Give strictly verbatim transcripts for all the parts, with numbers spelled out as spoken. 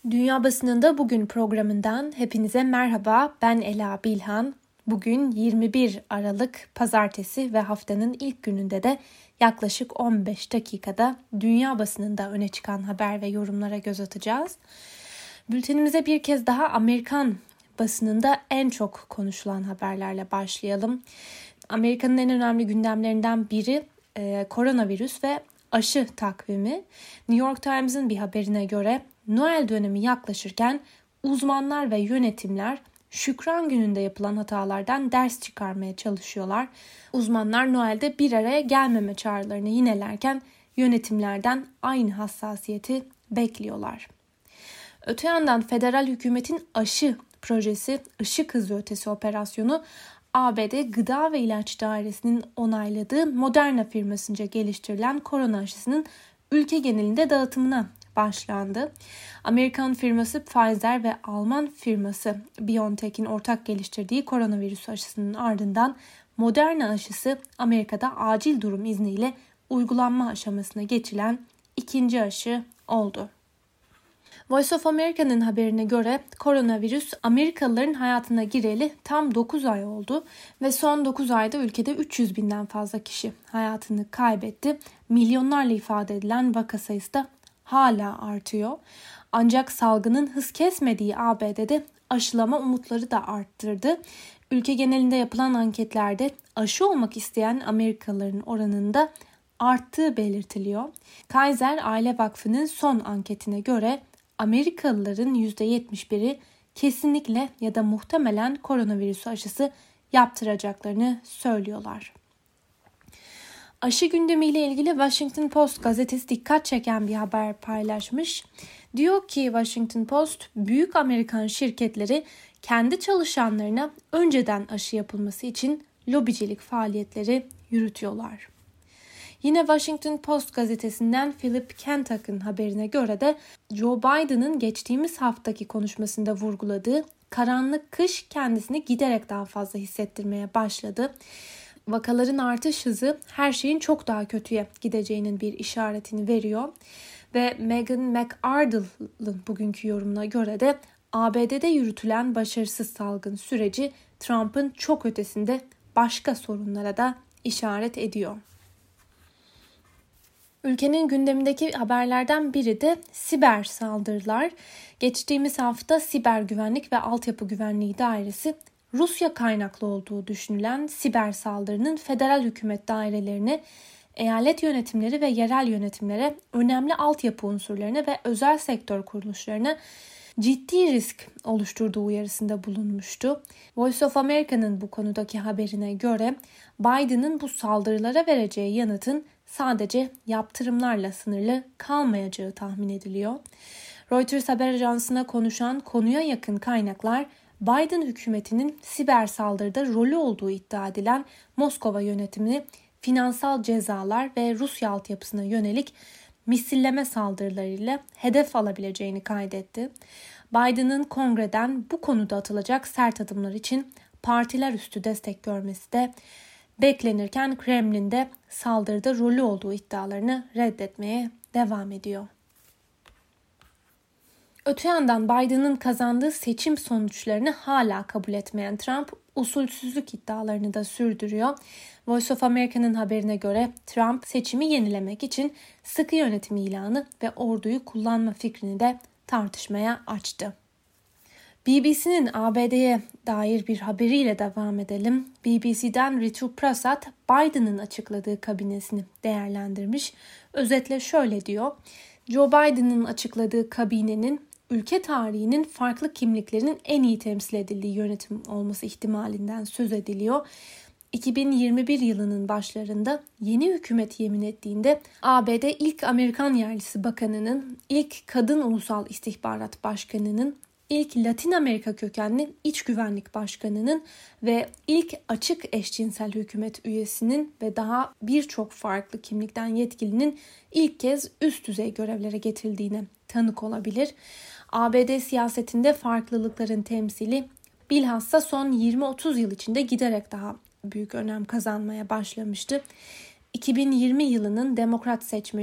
Dünya Basınında Bugün programından hepinize merhaba. Ben Ela Bilhan. Bugün yirmi bir Aralık Pazartesi ve haftanın ilk gününde de yaklaşık on beş dakikada dünya basınında öne çıkan haber ve yorumlara göz atacağız. Bültenimize bir kez daha Amerikan basınında en çok konuşulan haberlerle başlayalım. Amerika'nın en önemli gündemlerinden biri e, koronavirüs ve aşı takvimi. New York Times'ın bir haberine göre Noel dönemi yaklaşırken uzmanlar ve yönetimler Şükran Günü'nde yapılan hatalardan ders çıkarmaya çalışıyorlar. Uzmanlar Noel'de bir araya gelmeme çağrılarını yinelerken yönetimlerden aynı hassasiyeti bekliyorlar. Öte yandan federal hükümetin aşı projesi Işık Hızı Ötesi operasyonu A B D Gıda ve İlaç Dairesi'nin onayladığı Moderna firmasınca geliştirilen korona aşısının ülke genelinde dağıtımına başlandı. Amerikan firması Pfizer ve Alman firması BioNTech'in ortak geliştirdiği koronavirüs aşısının ardından Moderna aşısı Amerika'da acil durum izniyle uygulanma aşamasına geçilen ikinci aşı oldu. Voice of America'nın haberine göre koronavirüs Amerikalıların hayatına gireli tam dokuz ay oldu ve son dokuz ayda ülkede üç yüz binden fazla kişi hayatını kaybetti. Milyonlarla ifade edilen vaka sayısı da hala artıyor. Ancak salgının hız kesmediği A B D'de aşılama umutları da arttırdı. Ülke genelinde yapılan anketlerde aşı olmak isteyen Amerikalıların oranında arttığı belirtiliyor. Kaiser Aile Vakfı'nın son anketine göre Amerikalıların yüzde yetmiş biri kesinlikle ya da muhtemelen koronavirüs aşısı yaptıracaklarını söylüyorlar. Aşı gündemiyle ilgili Washington Post gazetesi dikkat çeken bir haber paylaşmış. Diyor ki Washington Post, büyük Amerikan şirketleri kendi çalışanlarına önceden aşı yapılması için lobicilik faaliyetleri yürütüyorlar. Yine Washington Post gazetesinden Philip Kentuck'ın haberine göre de Joe Biden'ın geçtiğimiz haftaki konuşmasında vurguladığı karanlık kış kendisini giderek daha fazla hissettirmeye başladı. Vakaların artış hızı her şeyin çok daha kötüye gideceğinin bir işaretini veriyor. Ve Megan McArdle'ın bugünkü yorumuna göre de A B D'de yürütülen başarısız salgın süreci Trump'ın çok ötesinde başka sorunlara da işaret ediyor. Ülkenin gündemindeki haberlerden biri de siber saldırılar. Geçtiğimiz hafta Siber Güvenlik ve Altyapı Güvenliği Dairesi Rusya kaynaklı olduğu düşünülen siber saldırının federal hükümet dairelerine, eyalet yönetimleri ve yerel yönetimlere, önemli altyapı unsurlarına ve özel sektör kuruluşlarına ciddi risk oluşturduğu uyarısında bulunmuştu. Voice of America'nın bu konudaki haberine göre Biden'ın bu saldırılara vereceği yanıtın sadece yaptırımlarla sınırlı kalmayacağı tahmin ediliyor. Reuters haber ajansına konuşan konuya yakın kaynaklar Biden hükümetinin siber saldırıda rolü olduğu iddia edilen Moskova yönetimini finansal cezalar ve Rusya altyapısına yönelik misilleme saldırılarıyla hedef alabileceğini kaydetti. Biden'ın kongreden bu konuda atılacak sert adımlar için partiler üstü destek görmesi de beklenirken Kremlin'de saldırıda rolü olduğu iddialarını reddetmeye devam ediyor. Öte yandan Biden'ın kazandığı seçim sonuçlarını hala kabul etmeyen Trump usulsüzlük iddialarını da sürdürüyor. Voice of America'nın haberine göre Trump seçimi yenilemek için sıkı yönetim ilanı ve orduyu kullanma fikrini de tartışmaya açtı. B B C'nin A B D'ye dair bir haberiyle devam edelim. B B C'den Ritu Prasad, Biden'ın açıkladığı kabinesini değerlendirmiş. Özetle şöyle diyor: Joe Biden'ın açıkladığı kabinenin ülke tarihinin farklı kimliklerinin en iyi temsil edildiği yönetim olması ihtimalinden söz ediliyor. iki bin yirmi bir yılının başlarında yeni hükümet yemin ettiğinde A B D ilk Amerikan yerlisi bakanının, ilk kadın ulusal istihbarat başkanının, ilk Latin Amerika kökenli iç güvenlik başkanının ve ilk açık eşcinsel hükümet üyesinin ve daha birçok farklı kimlikten yetkilinin ilk kez üst düzey görevlere getirildiğine tanık olabilir. A B D siyasetinde farklılıkların temsili bilhassa son yirmi otuz yıl içinde giderek daha büyük önem kazanmaya başlamıştı. iki bin yirmi yılının Demokrat seçmeni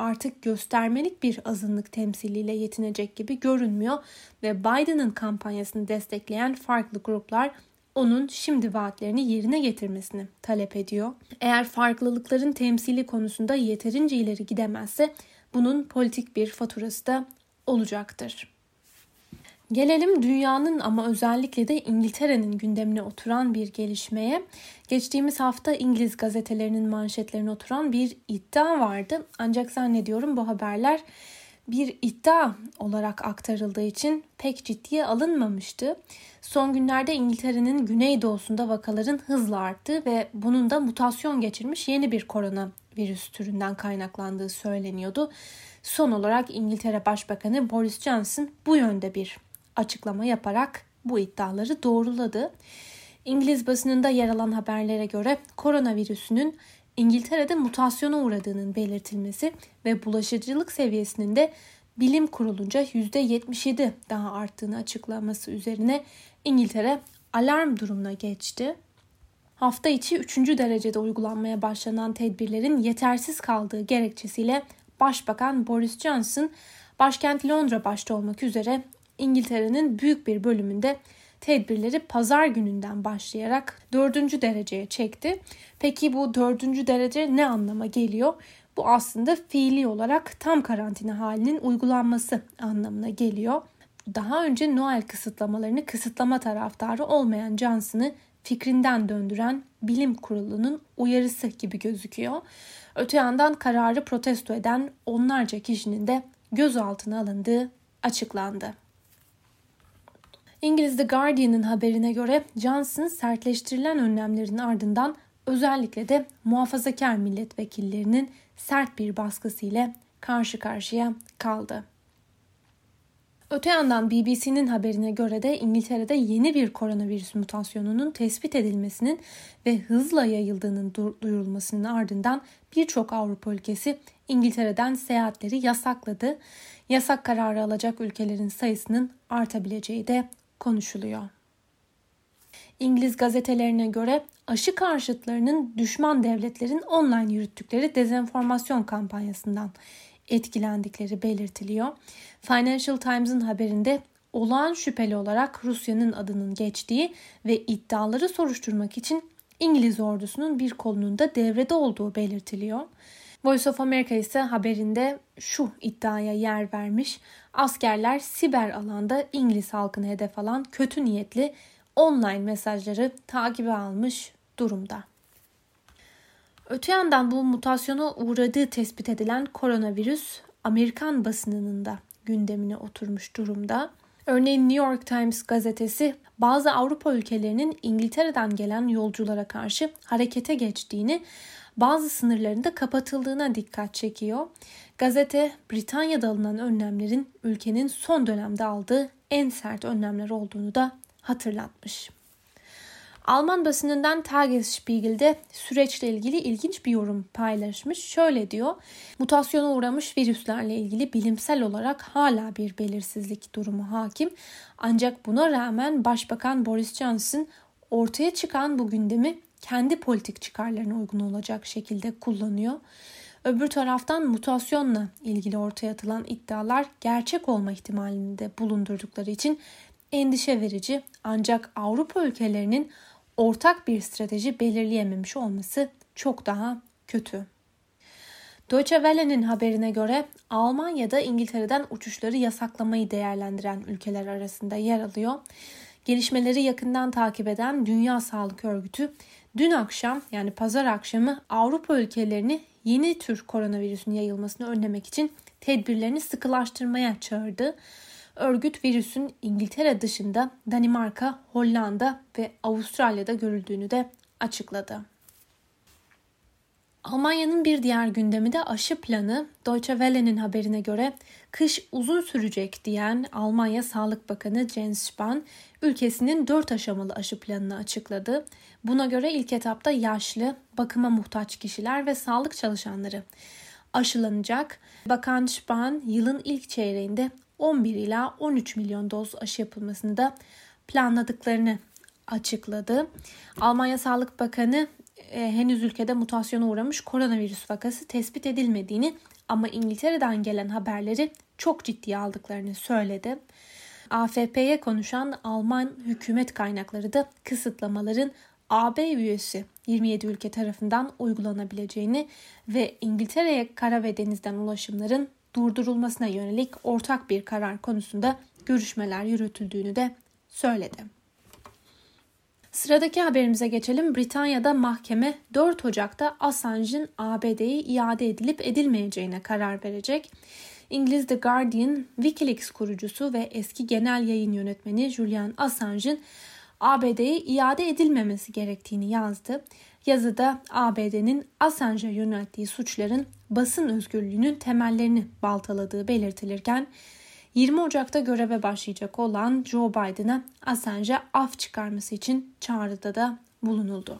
artık göstermelik bir azınlık temsiliyle yetinecek gibi görünmüyor ve Biden'ın kampanyasını destekleyen farklı gruplar onun şimdi vaatlerini yerine getirmesini talep ediyor. Eğer farklılıkların temsili konusunda yeterince ileri gidemezse bunun politik bir faturası da olacaktır. Gelelim dünyanın ama özellikle de İngiltere'nin gündemine oturan bir gelişmeye. Geçtiğimiz hafta İngiliz gazetelerinin manşetlerine oturan bir iddia vardı. Ancak zannediyorum bu haberler bir iddia olarak aktarıldığı için pek ciddiye alınmamıştı. Son günlerde İngiltere'nin güneydoğusunda vakaların hızla arttığı ve bunun da mutasyon geçirmiş yeni bir koronavirüs türünden kaynaklandığı söyleniyordu. Son olarak İngiltere Başbakanı Boris Johnson bu yönde bir açıklama yaparak bu iddiaları doğruladı. İngiliz basınında yer alan haberlere göre koronavirüsünün İngiltere'de mutasyona uğradığının belirtilmesi ve bulaşıcılık seviyesinin de bilim kurulunca yüzde yetmiş yedi daha arttığını açıklaması üzerine İngiltere alarm durumuna geçti. Hafta içi üçüncü derecede uygulanmaya başlanan tedbirlerin yetersiz kaldığı gerekçesiyle Başbakan Boris Johnson başkent Londra başta olmak üzere İngiltere'nin büyük bir bölümünde tedbirleri pazar gününden başlayarak dördüncü dereceye çekti. Peki bu dördüncü derece ne anlama geliyor? Bu aslında fiili olarak tam karantina halinin uygulanması anlamına geliyor. Daha önce Noel kısıtlamalarını kısıtlama taraftarı olmayan Johnson'ı fikrinden döndüren bilim kurulunun uyarısı gibi gözüküyor. Öte yandan kararı protesto eden onlarca kişinin de gözaltına alındığı açıklandı. İngiliz The Guardian'ın haberine göre Johnson sertleştirilen önlemlerin ardından özellikle de muhafazakar milletvekillerinin sert bir baskısı ile karşı karşıya kaldı. Öte yandan B B C'nin haberine göre de İngiltere'de yeni bir koronavirüs mutasyonunun tespit edilmesinin ve hızla yayıldığının duyurulmasının ardından birçok Avrupa ülkesi İngiltere'den seyahatleri yasakladı. Yasak kararı alacak ülkelerin sayısının artabileceği de konuşuluyor. İngiliz gazetelerine göre aşı karşıtlarının düşman devletlerin online yürüttükleri dezenformasyon kampanyasından etkilendikleri belirtiliyor. Financial Times'ın haberinde olağan şüpheli olarak Rusya'nın adının geçtiği ve iddiaları soruşturmak için İngiliz ordusunun bir kolunun da devrede olduğu belirtiliyor. Voice of America ise haberinde şu iddiaya yer vermiş: askerler siber alanda İngiliz halkını hedef alan kötü niyetli online mesajları takibe almış durumda. Öte yandan bu mutasyona uğradığı tespit edilen koronavirüs Amerikan basınının da gündemine oturmuş durumda. Örneğin New York Times gazetesi bazı Avrupa ülkelerinin İngiltere'den gelen yolculara karşı harekete geçtiğini, bazı sınırların da kapatıldığına dikkat çekiyor. Gazete Britanya'da alınan önlemlerin ülkenin son dönemde aldığı en sert önlemler olduğunu da hatırlatmış. Alman basınından Tagesspiegel'de süreçle ilgili ilginç bir yorum paylaşmış. Şöyle diyor: mutasyona uğramış virüslerle ilgili bilimsel olarak hala bir belirsizlik durumu hakim. Ancak buna rağmen Başbakan Boris Johnson ortaya çıkan bu gündemi kendi politik çıkarlarına uygun olacak şekilde kullanıyor. Öbür taraftan mutasyonla ilgili ortaya atılan iddialar gerçek olma ihtimalini de bulundurdukları için endişe verici, ancak Avrupa ülkelerinin ortak bir strateji belirleyememiş olması çok daha kötü. Deutsche Welle'nin haberine göre Almanya'da İngiltere'den uçuşları yasaklamayı değerlendiren ülkeler arasında yer alıyor. Gelişmeleri yakından takip eden Dünya Sağlık Örgütü dün akşam, yani pazar akşamı, Avrupa ülkelerini yeni tür koronavirüsün yayılmasını önlemek için tedbirlerini sıkılaştırmaya çağırdı. Örgüt virüsün İngiltere dışında Danimarka, Hollanda ve Avustralya'da görüldüğünü de açıkladı. Almanya'nın bir diğer gündemi de aşı planı. Deutsche Welle'nin haberine göre kış uzun sürecek diyen Almanya Sağlık Bakanı Jens Spahn ülkesinin dört aşamalı aşı planını açıkladı. Buna göre ilk etapta yaşlı, bakıma muhtaç kişiler ve sağlık çalışanları aşılanacak. Bakan Spahn yılın ilk çeyreğinde on bir ila on üç milyon doz aşı yapılmasını da planladıklarını açıkladı. Almanya Sağlık Bakanı e, henüz ülkede mutasyona uğramış koronavirüs vakası tespit edilmediğini, ama İngiltere'den gelen haberleri çok ciddiye aldıklarını söyledi. A F P'ye konuşan Alman hükümet kaynakları da kısıtlamaların A B üyesi yirmi yedi ülke tarafından uygulanabileceğini ve İngiltere'ye kara ve denizden ulaşımların durdurulmasına yönelik ortak bir karar konusunda görüşmeler yürütüldüğünü de söyledi. Sıradaki haberimize geçelim. Britanya'da mahkeme dört Ocak'ta Assange'ın A B D'ye iade edilip edilmeyeceğine karar verecek. İngiliz The Guardian, WikiLeaks kurucusu ve eski genel yayın yönetmeni Julian Assange'ın A B D'ye iade edilmemesi gerektiğini yazdı. Yazıda A B D'nin Assange'a yönelttiği suçların basın özgürlüğünün temellerini baltaladığı belirtilirken, yirmi Ocak'ta göreve başlayacak olan Joe Biden'a Assange'a af çıkarması için çağrıda da bulunuldu.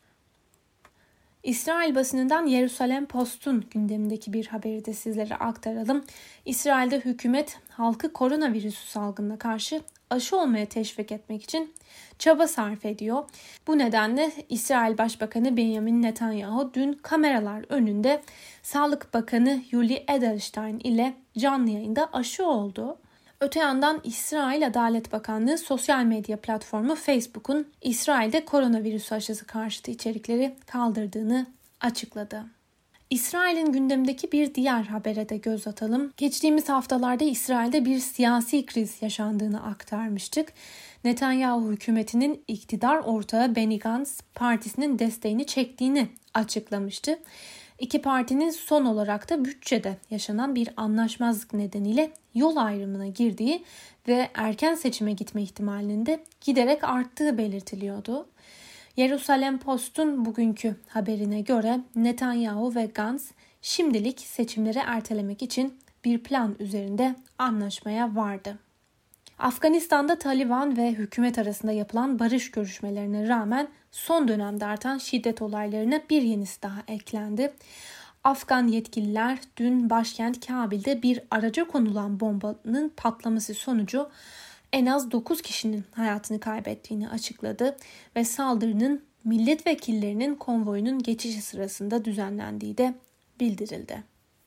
İsrail basınından Jerusalem Post'un gündemindeki bir haberi de sizlere aktaralım. İsrail'de hükümet halkı koronavirüsü salgınına karşı aşı olmaya teşvik etmek için çaba sarf ediyor. Bu nedenle İsrail Başbakanı Benjamin Netanyahu dün kameralar önünde Sağlık Bakanı Yuli Edelstein ile canlı yayında aşı oldu. Öte yandan İsrail Adalet Bakanlığı sosyal medya platformu Facebook'un İsrail'de koronavirüs aşısı karşıtı içerikleri kaldırdığını açıkladı. İsrail'in gündemindeki bir diğer habere de göz atalım. Geçtiğimiz haftalarda İsrail'de bir siyasi kriz yaşandığını aktarmıştık. Netanyahu hükümetinin iktidar ortağı Benny Gantz partisinin desteğini çektiğini açıklamıştı. İki partinin son olarak da bütçede yaşanan bir anlaşmazlık nedeniyle yol ayrımına girdiği ve erken seçime gitme ihtimalinin de giderek arttığı belirtiliyordu. Jerusalem Post'un bugünkü haberine göre Netanyahu ve Gantz şimdilik seçimleri ertelemek için bir plan üzerinde anlaşmaya vardı. Afganistan'da Taliban ve hükümet arasında yapılan barış görüşmelerine rağmen son dönemde artan şiddet olaylarına bir yenisi daha eklendi. Afgan yetkililer dün başkent Kabil'de bir araca konulan bombanın patlaması sonucu en az dokuz kişinin hayatını kaybettiğini açıkladı ve saldırının milletvekillerinin konvoyunun geçişi sırasında düzenlendiği de bildirildi.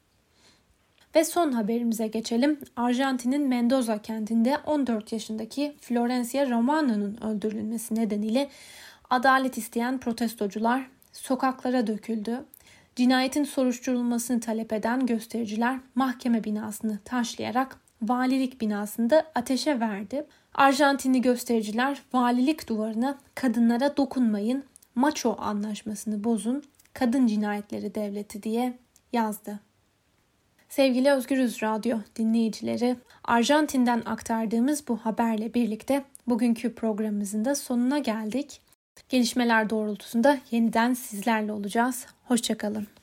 Ve son haberimize geçelim. Arjantin'in Mendoza kentinde on dört yaşındaki Florencia Romano'nun öldürülmesi nedeniyle adalet isteyen protestocular sokaklara döküldü. Cinayetin soruşturulmasını talep eden göstericiler mahkeme binasını taşlayarak valilik binasında ateşe verdi. Arjantinli göstericiler valilik duvarına "Kadınlara dokunmayın, maço anlaşmasını bozun, kadın cinayetleri devleti" diye yazdı. Sevgili Özgürüz Radyo dinleyicileri, Arjantin'den aktardığımız bu haberle birlikte bugünkü programımızın da sonuna geldik. Gelişmeler doğrultusunda yeniden sizlerle olacağız. Hoşça kalın.